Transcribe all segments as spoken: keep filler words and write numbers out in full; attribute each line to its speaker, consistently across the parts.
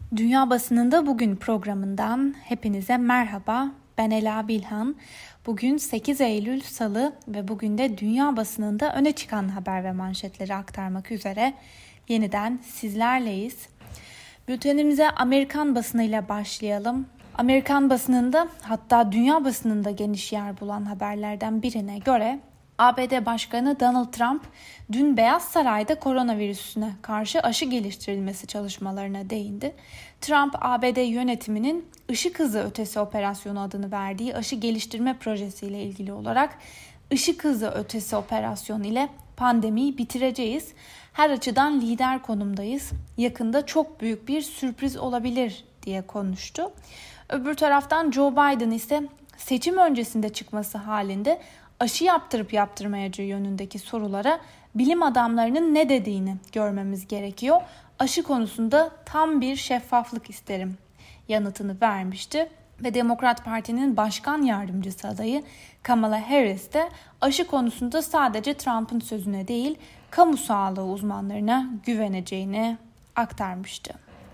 Speaker 1: Dünya Basınında Bugün programından hepinize merhaba. Ben Ela Bilhan. Bugün sekiz Eylül Salı ve bugün de dünya basınında öne çıkan haber ve manşetleri aktarmak üzere yeniden sizlerleyiz. Bültenimize Amerikan basınıyla başlayalım. Amerikan basınında, hatta dünya basınında geniş yer bulan haberlerden birine göre A B D Başkanı Donald Trump dün Beyaz Saray'da koronavirüsüne karşı aşı geliştirilmesi çalışmalarına değindi. Trump, A B D yönetiminin ışık hızı ötesi operasyonu adını verdiği aşı geliştirme projesiyle ilgili olarak ışık hızı ötesi operasyon ile pandemiyi bitireceğiz. Her açıdan lider konumdayız. Yakında çok büyük bir sürpriz olabilir diye konuştu. Öbür taraftan Joe Biden ise seçim öncesinde çıkması halinde aşı yaptırıp yaptırmayacağı yönündeki sorulara bilim adamlarının ne dediğini görmemiz gerekiyor. Aşı konusunda tam bir şeffaflık isterim yanıtını vermişti. Ve Demokrat Parti'nin başkan yardımcısı adayı Kamala Harris de aşı konusunda sadece Trump'ın sözüne değil, kamu sağlığı uzmanlarına güveneceğini aktarmıştı.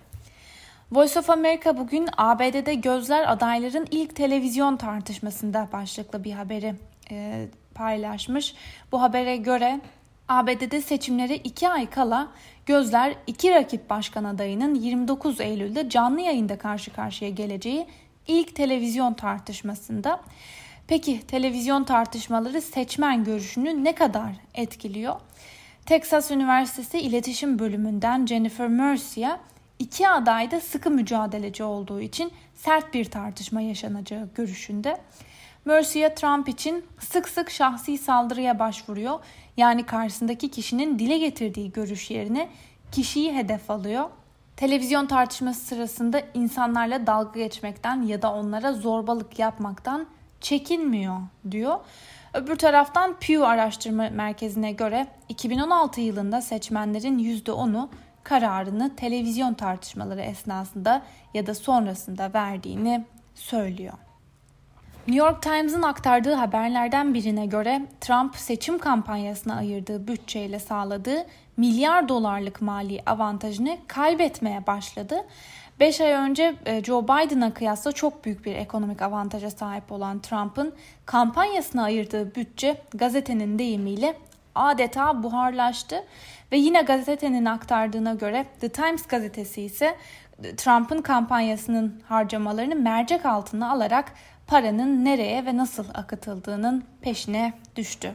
Speaker 1: Voice of America bugün A B D'de gözler adayların ilk televizyon tartışmasında başlıklı bir haberi e, paylaşmış. Bu habere göre A B D'de seçimlere iki ay kala gözler iki rakip başkan adayının yirmi dokuz Eylül'de canlı yayında karşı karşıya geleceği ilk televizyon tartışmasında. Peki televizyon tartışmaları seçmen görüşünü ne kadar etkiliyor? Texas Üniversitesi İletişim Bölümünden Jennifer Mercier, iki aday da sıkı mücadeleci olduğu için sert bir tartışma yaşanacağı görüşünde. Mercier, Trump için sık sık şahsi saldırıya başvuruyor. Yani karşısındaki kişinin dile getirdiği görüş yerine kişiyi hedef alıyor. Televizyon tartışması sırasında insanlarla dalga geçmekten ya da onlara zorbalık yapmaktan çekinmiyor diyor. Öbür taraftan Pew Araştırma Merkezi'ne göre iki bin on altı yılında seçmenlerin yüzde onu kararını televizyon tartışmaları esnasında ya da sonrasında verdiğini söylüyor. New York Times'ın aktardığı haberlerden birine göre Trump seçim kampanyasına ayırdığı bütçeyle sağladığı milyar dolarlık mali avantajını kaybetmeye başladı. beş ay önce Joe Biden'a kıyasla çok büyük bir ekonomik avantaja sahip olan Trump'ın kampanyasına ayırdığı bütçe gazetenin deyimiyle adeta buharlaştı. Ve yine gazetenin aktardığına göre The Times gazetesi ise Trump'ın kampanyasının harcamalarını mercek altına alarak paranın nereye ve nasıl akıtıldığının peşine düştü.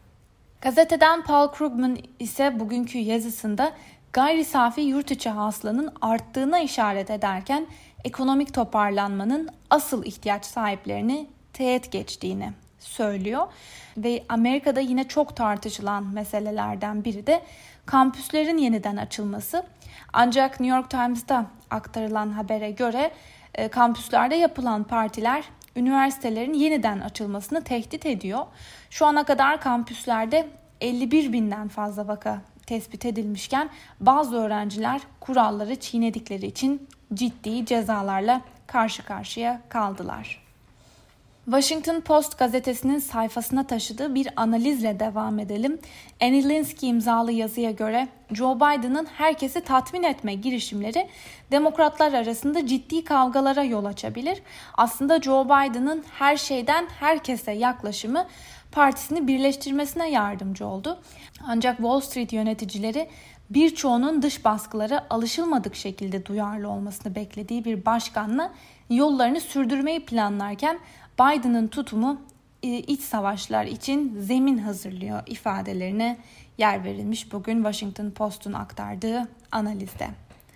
Speaker 1: Gazeteden Paul Krugman ise bugünkü yazısında gayri safi yurt içi hasılanın arttığına işaret ederken ekonomik toparlanmanın asıl ihtiyaç sahiplerini teğet geçtiğini söylüyor. Ve Amerika'da yine çok tartışılan meselelerden biri de kampüslerin yeniden açılması. Ancak New York Times'ta aktarılan habere göre kampüslerde yapılan partiler üniversitelerin yeniden açılmasını tehdit ediyor. Şu ana kadar kampüslerde elli bir binden fazla vaka tespit edilmişken bazı öğrenciler kuralları çiğnedikleri için ciddi cezalarla karşı karşıya kaldılar. Washington Post gazetesinin sayfasına taşıdığı bir analizle devam edelim. Annie Linsky imzalı yazıya göre Joe Biden'ın herkesi tatmin etme girişimleri demokratlar arasında ciddi kavgalara yol açabilir. Aslında Joe Biden'ın her şeyden herkese yaklaşımı partisini birleştirmesine yardımcı oldu. Ancak Wall Street yöneticileri birçoğunun dış baskılara alışılmadık şekilde duyarlı olmasını beklediği bir başkanla yollarını sürdürmeyi planlarken Biden'ın tutumu iç savaşlar için zemin hazırlıyor ifadelerine yer verilmiş bugün Washington Post'un aktardığı analizde.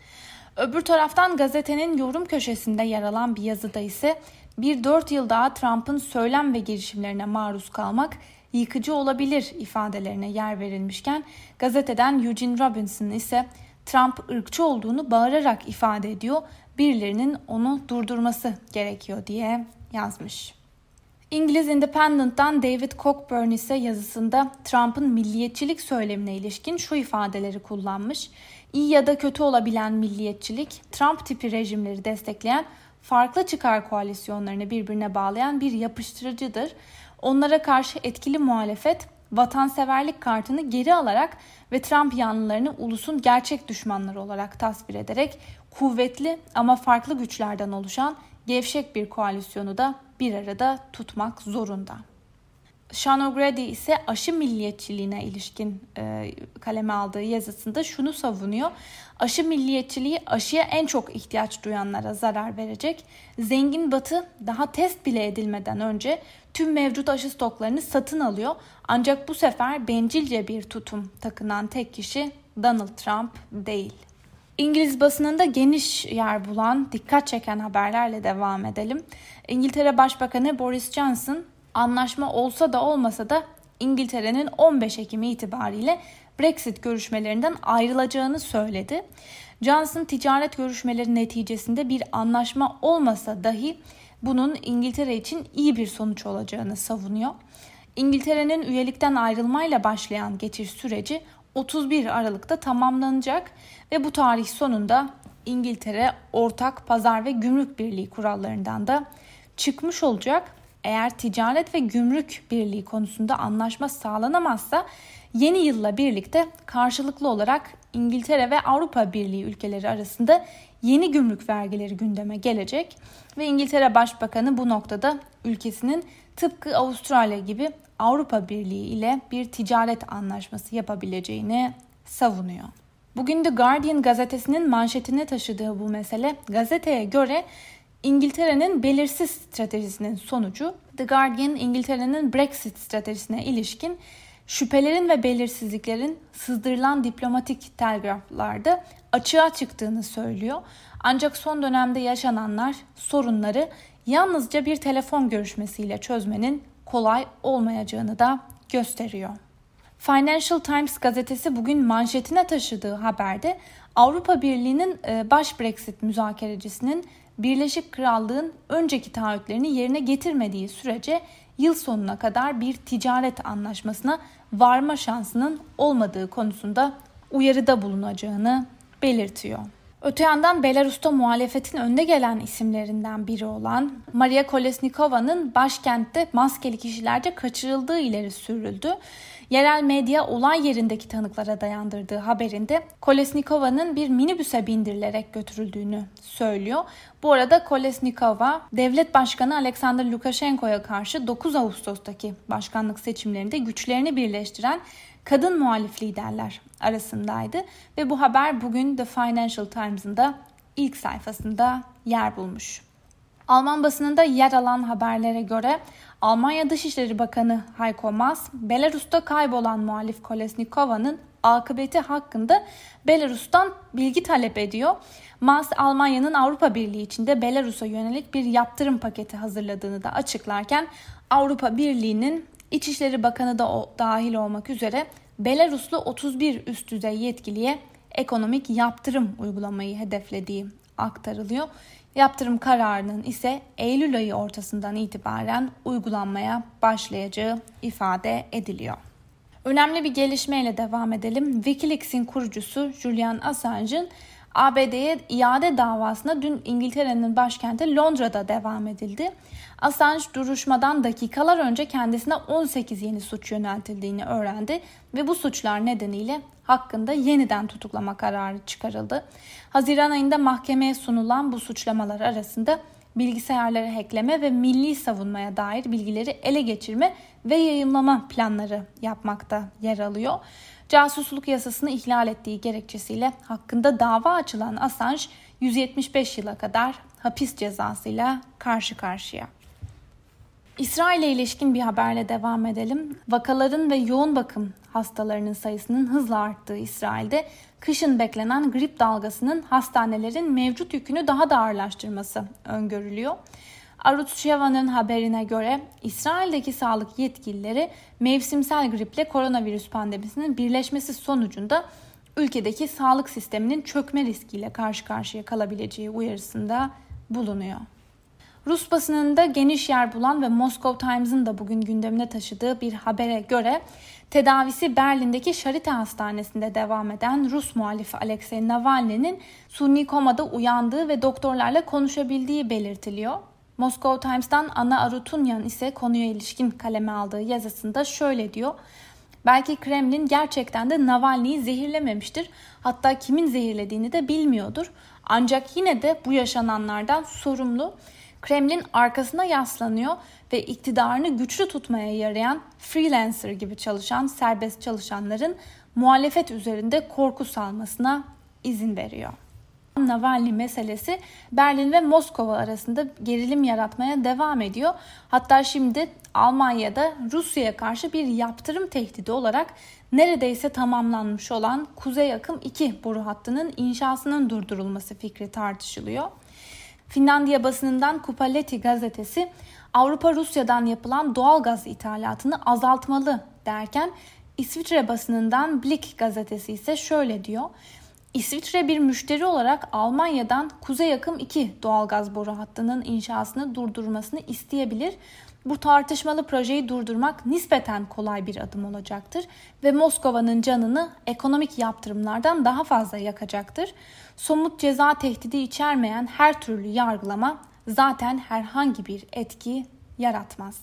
Speaker 1: Öbür taraftan gazetenin yorum köşesinde yer alan bir yazıda ise bir dört yıl daha Trump'ın söylem ve girişimlerine maruz kalmak yıkıcı olabilir ifadelerine yer verilmişken gazeteden Eugene Robinson ise Trump ırkçı olduğunu bağırarak ifade ediyor, birilerinin onu durdurması gerekiyor diye yazmış. İngiliz Independent'tan David Cockburn ise yazısında Trump'ın milliyetçilik söylemine ilişkin şu ifadeleri kullanmış. İyi ya da kötü olabilen milliyetçilik, Trump tipi rejimleri destekleyen farklı çıkar koalisyonlarını birbirine bağlayan bir yapıştırıcıdır. Onlara karşı etkili muhalefet, vatanseverlik kartını geri alarak ve Trump yanlılarını ulusun gerçek düşmanları olarak tasvir ederek kuvvetli ama farklı güçlerden oluşan gevşek bir koalisyonu da bir arada tutmak zorunda. Sean O'Grady ise aşı milliyetçiliğine ilişkin e, kaleme aldığı yazısında şunu savunuyor. Aşı milliyetçiliği aşıya en çok ihtiyaç duyanlara zarar verecek. Zengin Batı daha test bile edilmeden önce tüm mevcut aşı stoklarını satın alıyor. Ancak bu sefer bencilce bir tutum takınan tek kişi Donald Trump değil. İngiliz basınında geniş yer bulan, dikkat çeken haberlerle devam edelim. İngiltere Başbakanı Boris Johnson, anlaşma olsa da olmasa da İngiltere'nin on beş Ekim itibariyle Brexit görüşmelerinden ayrılacağını söyledi. Johnson, ticaret görüşmeleri neticesinde bir anlaşma olmasa dahi bunun İngiltere için iyi bir sonuç olacağını savunuyor. İngiltere'nin üyelikten ayrılmayla başlayan geçiş süreci otuz bir Aralık'ta tamamlanacak ve bu tarih sonunda İngiltere ortak pazar ve gümrük birliği kurallarından da çıkmış olacak. Eğer ticaret ve gümrük birliği konusunda anlaşma sağlanamazsa yeni yılla birlikte karşılıklı olarak İngiltere ve Avrupa Birliği ülkeleri arasında yeni gümrük vergileri gündeme gelecek ve İngiltere Başbakanı bu noktada ülkesinin tıpkı Avustralya gibi Avrupa Birliği ile bir ticaret anlaşması yapabileceğini savunuyor. Bugün The Guardian gazetesinin manşetine taşıdığı bu mesele, gazeteye göre İngiltere'nin belirsiz stratejisinin sonucu. The Guardian, İngiltere'nin Brexit stratejisine ilişkin şüphelerin ve belirsizliklerin sızdırılan diplomatik telgraflarda açığa çıktığını söylüyor. Ancak son dönemde yaşananlar sorunları yalnızca bir telefon görüşmesiyle çözmenin kolay olmayacağını da gösteriyor. Financial Times gazetesi bugün manşetine taşıdığı haberde Avrupa Birliği'nin baş Brexit müzakerecisinin Birleşik Krallığın önceki taahhütlerini yerine getirmediği sürece yıl sonuna kadar bir ticaret anlaşmasına varma şansının olmadığı konusunda uyarıda bulunacağını belirtiyor. Öte yandan Belarus'ta muhalefetin önde gelen isimlerinden biri olan Maria Kolesnikova'nın başkentte maskeli kişilerce kaçırıldığı ileri sürüldü. Yerel medya olay yerindeki tanıklara dayandırdığı haberinde Kolesnikova'nın bir minibüse bindirilerek götürüldüğünü söylüyor. Bu arada Kolesnikova, Devlet Başkanı Alexander Lukashenko'ya karşı dokuz Ağustos'taki başkanlık seçimlerinde güçlerini birleştiren kadın muhalif liderler arasındaydı ve bu haber bugün The Financial Times'ın da ilk sayfasında yer bulmuş. Alman basınında yer alan haberlere göre Almanya Dışişleri Bakanı Heiko Maas, Belarus'ta kaybolan muhalif Kolesnikova'nın akıbeti hakkında Belarus'tan bilgi talep ediyor. Maas, Almanya'nın Avrupa Birliği içinde Belarus'a yönelik bir yaptırım paketi hazırladığını da açıklarken Avrupa Birliği'nin İçişleri Bakanı da o, dahil olmak üzere Belaruslu otuz bir üst düzey yetkiliye ekonomik yaptırım uygulamayı hedeflediği aktarılıyor. Yaptırım kararının ise Eylül ayı ortasından itibaren uygulanmaya başlayacağı ifade ediliyor. Önemli bir gelişmeyle devam edelim. Wikileaks'in kurucusu Julian Assange'ın A B D'ye iade davasına dün İngiltere'nin başkenti Londra'da devam edildi. Assange duruşmadan dakikalar önce kendisine on sekiz yeni suç yöneltildiğini öğrendi ve bu suçlar nedeniyle hakkında yeniden tutuklama kararı çıkarıldı. Haziran ayında mahkemeye sunulan bu suçlamalar arasında bilgisayarları hackleme ve milli savunmaya dair bilgileri ele geçirme ve yayımlama planları yapmakta yer alıyor. Casusluk yasasını ihlal ettiği gerekçesiyle hakkında dava açılan Assange yüz yetmiş beş yıla kadar hapis cezasıyla karşı karşıya. İsrail'e ilişkin bir haberle devam edelim. Vakaların ve yoğun bakım hastalarının sayısının hızla arttığı İsrail'de kışın beklenen grip dalgasının hastanelerin mevcut yükünü daha da ağırlaştırması öngörülüyor. Arutz Sheva'nın haberine göre İsrail'deki sağlık yetkilileri mevsimsel griple koronavirüs pandemisinin birleşmesi sonucunda ülkedeki sağlık sisteminin çökme riskiyle karşı karşıya kalabileceği uyarısında bulunuyor. Rus basınında geniş yer bulan ve Moscow Times'ın da bugün gündemine taşıdığı bir habere göre tedavisi Berlin'deki Charité Hastanesi'nde devam eden Rus muhalif Alexei Navalny'nin suni komada uyandığı ve doktorlarla konuşabildiği belirtiliyor. Moscow Times'tan Anna Arutunyan ise konuya ilişkin kaleme aldığı yazısında şöyle diyor. Belki Kremlin gerçekten de Navalny'yi zehirlememiştir. Hatta kimin zehirlediğini de bilmiyordur. Ancak yine de bu yaşananlardan sorumlu, Kremlin arkasına yaslanıyor ve iktidarını güçlü tutmaya yarayan freelancer gibi çalışan serbest çalışanların muhalefet üzerinde korku salmasına izin veriyor. Navalny meselesi Berlin ve Moskova arasında gerilim yaratmaya devam ediyor. Hatta şimdi Almanya'da Rusya'ya karşı bir yaptırım tehdidi olarak neredeyse tamamlanmış olan Kuzey Akım iki boru hattının inşasının durdurulması fikri tartışılıyor. Finlandiya basınından Kupalehti gazetesi Avrupa Rusya'dan yapılan doğalgaz ithalatını azaltmalı derken İsviçre basınından Blick gazetesi ise şöyle diyor. İsviçre bir müşteri olarak Almanya'dan Kuzey Akım iki doğalgaz boru hattının inşasını durdurmasını isteyebilir. Bu tartışmalı projeyi durdurmak nispeten kolay bir adım olacaktır ve Moskova'nın canını ekonomik yaptırımlardan daha fazla yakacaktır. Somut ceza tehdidi içermeyen her türlü yargılama zaten herhangi bir etki yaratmaz.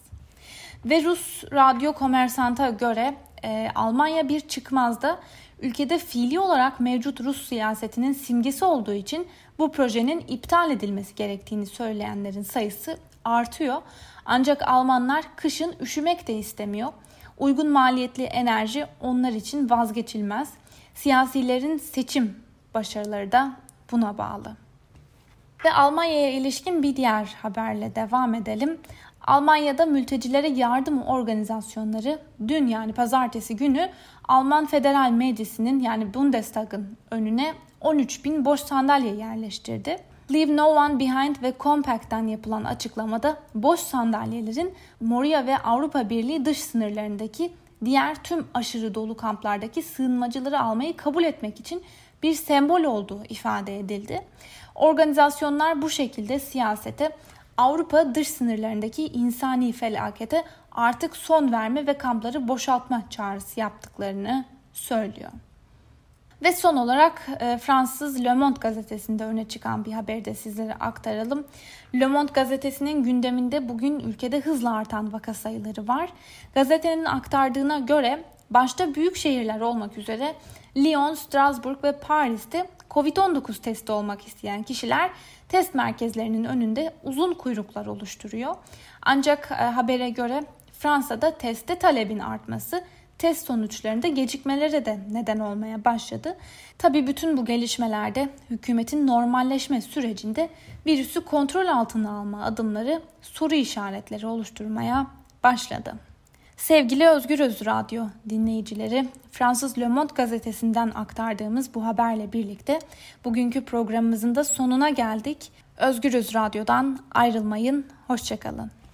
Speaker 1: Ve Rus Radyo Kommersant'a göre e, Almanya bir çıkmazda ülkede fiili olarak mevcut Rus siyasetinin simgesi olduğu için bu projenin iptal edilmesi gerektiğini söyleyenlerin sayısı artıyor. Ancak Almanlar kışın üşümek de istemiyor. Uygun maliyetli enerji onlar için vazgeçilmez. Siyasilerin seçim başarıları da buna bağlı. Ve Almanya'ya ilişkin bir diğer haberle devam edelim. Almanya'da mültecilere yardım organizasyonları dün yani pazartesi günü Alman Federal Meclisi'nin yani Bundestag'ın önüne on üç bin boş sandalye yerleştirdi. Leave No One Behind ve Compact'ten yapılan açıklamada boş sandalyelerin Moria ve Avrupa Birliği dış sınırlarındaki diğer tüm aşırı dolu kamplardaki sığınmacıları almayı kabul etmek için bir sembol olduğu ifade edildi. Organizasyonlar bu şekilde siyasete, Avrupa dış sınırlarındaki insani felakete artık son verme ve kampları boşaltma çağrısı yaptıklarını söylüyor. Ve son olarak e, Fransız Le Monde gazetesinde öne çıkan bir haberi de sizlere aktaralım. Le Monde gazetesinin gündeminde bugün ülkede hızla artan vaka sayıları var. Gazetenin aktardığına göre başta büyük şehirler olmak üzere Lyon, Strasbourg ve Paris'te kovid on dokuz testi olmak isteyen kişiler test merkezlerinin önünde uzun kuyruklar oluşturuyor. Ancak e, habere göre Fransa'da teste talebin artması test sonuçlarında gecikmelere de neden olmaya başladı. Tabii bütün bu gelişmelerde hükümetin normalleşme sürecinde virüsü kontrol altına alma adımları soru işaretleri oluşturmaya başladı. Sevgili Özgür Öz Radyo dinleyicileri, Fransız Le Monde gazetesinden aktardığımız bu haberle birlikte bugünkü programımızın da sonuna geldik. Özgür Öz Radyo'dan ayrılmayın, hoşça kalın.